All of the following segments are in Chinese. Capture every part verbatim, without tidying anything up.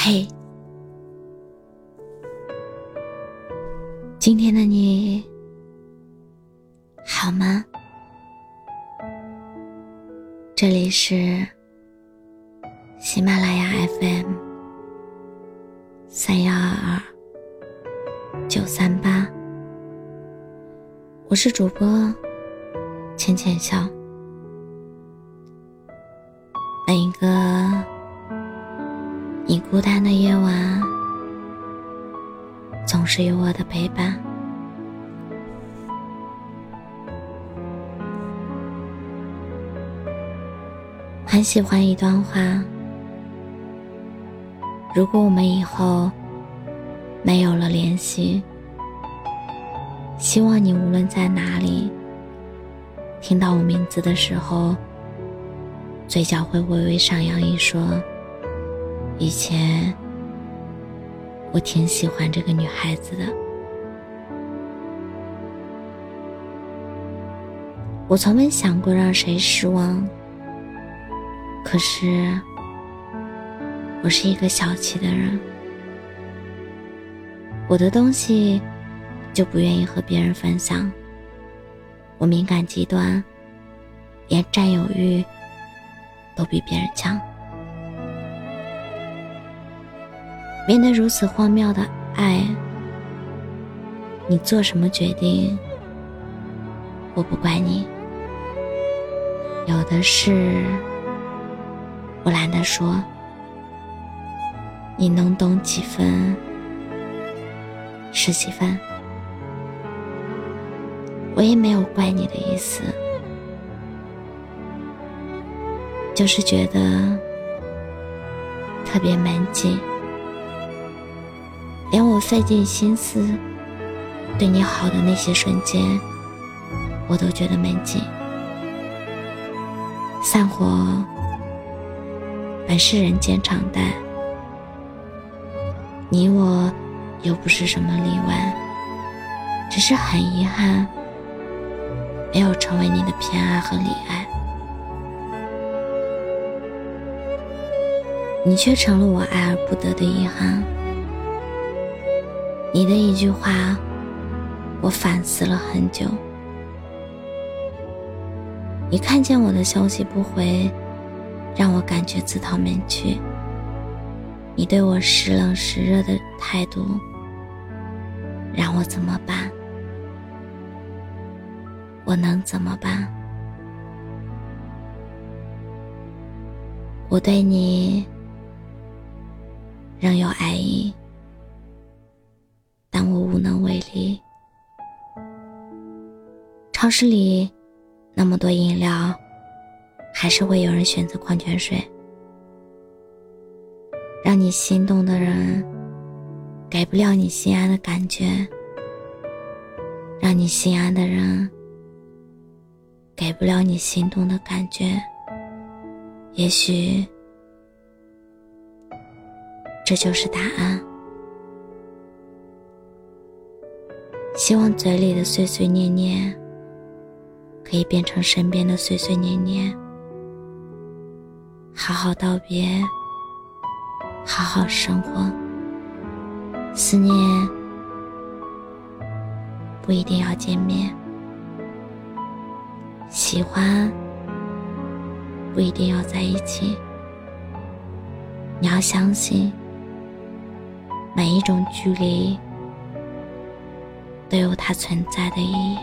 嘿，今天的你好吗？这里是喜马拉雅 F M 三幺二二九三八，我是主播浅浅笑。每一个你孤单的夜晚，总是有我的陪伴。很喜欢一段话，如果我们以后没有了联系，希望你无论在哪里，听到我名字的时候，嘴角会微微上扬一说，以前我挺喜欢这个女孩子的。我从没想过让谁失望，可是我是一个小气的人，我的东西就不愿意和别人分享，我敏感极端，连占有欲都比别人强。面对如此荒谬的爱，你做什么决定，我不怪你。有的事我懒得说，你能懂几分是几分，我也没有怪你的意思，就是觉得特别闷劲，连我费尽心思对你好的那些瞬间，我都觉得闷劲。散伙本是人间常态，你我又不是什么例外，只是很遗憾没有成为你的偏爱和溺爱，你却成了我爱而不得的遗憾。你的一句话我反思了很久，你看见我的消息不回，让我感觉自讨没趣，你对我时冷时热的态度让我怎么办？我能怎么办？我对你仍有爱意，但我无能为力。超市里那么多饮料，还是会有人选择矿泉水。让你心动的人给不了你心安的感觉，让你心安的人给不了你心动的感觉。也许这就是答案。希望嘴里的碎碎念念可以变成身边的碎碎念念，好好道别，好好生活。思念不一定要见面，喜欢不一定要在一起。你要相信，每一种距离都有它存在的意义。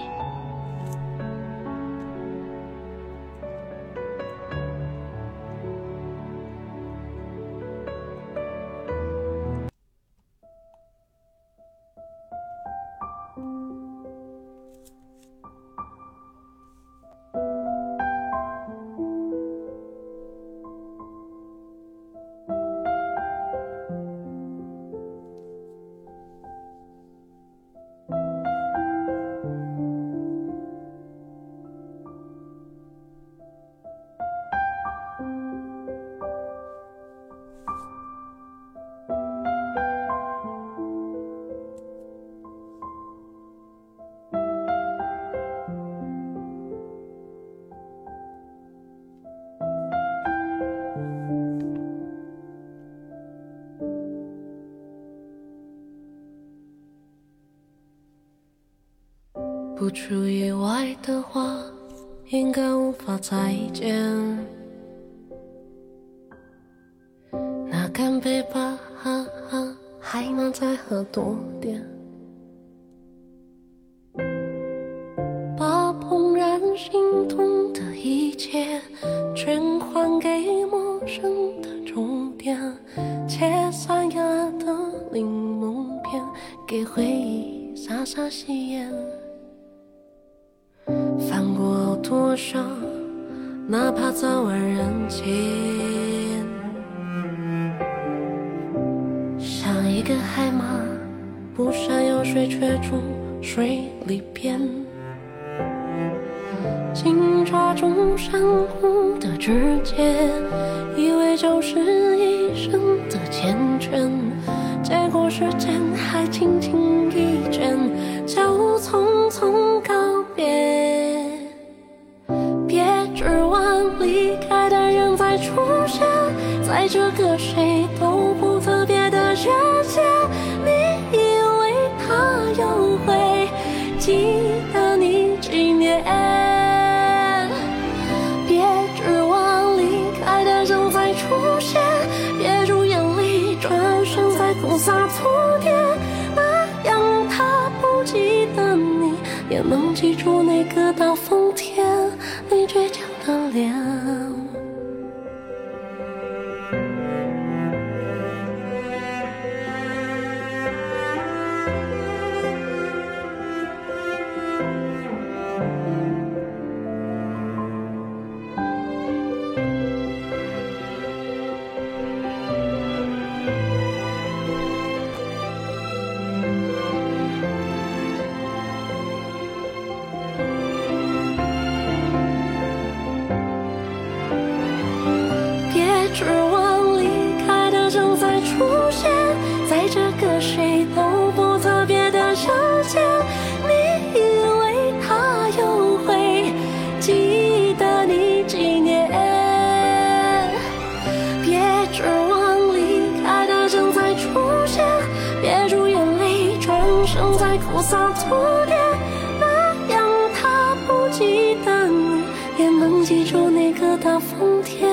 不出意外的话，应该无法再见。那干杯吧，哈哈，还能再喝多点，把怦然心动的一切全还给陌生的终点，切三亚的柠檬片，给回忆洒洒喜烟。翻过多少，哪怕早晚人间，像一个海马，不善游水却住水里边，紧抓住珊瑚的指尖，以为就是一生的缱绻，结果时间还轻轻一卷，就匆匆告别。别指望离开的人再出现，在这个谁都不特别的世界，你以为他又会记得你几年？别指望离开的人再出现，别住眼里转身再苦洒错点，那样他不记得你，也能记住那个大风天，你倔强的脸。指望离开的人再出现，在这个谁都不特别的世界，你以为他又会记得你几年？别指望离开的人再出现，别住眼泪转身再苦洒错点，那样他不记得你，也能记住那个大风天。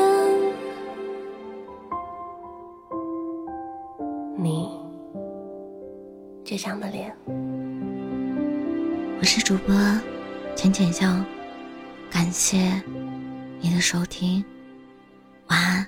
你倔强的脸。 我是主播浅浅笑，感谢你的收听，晚安。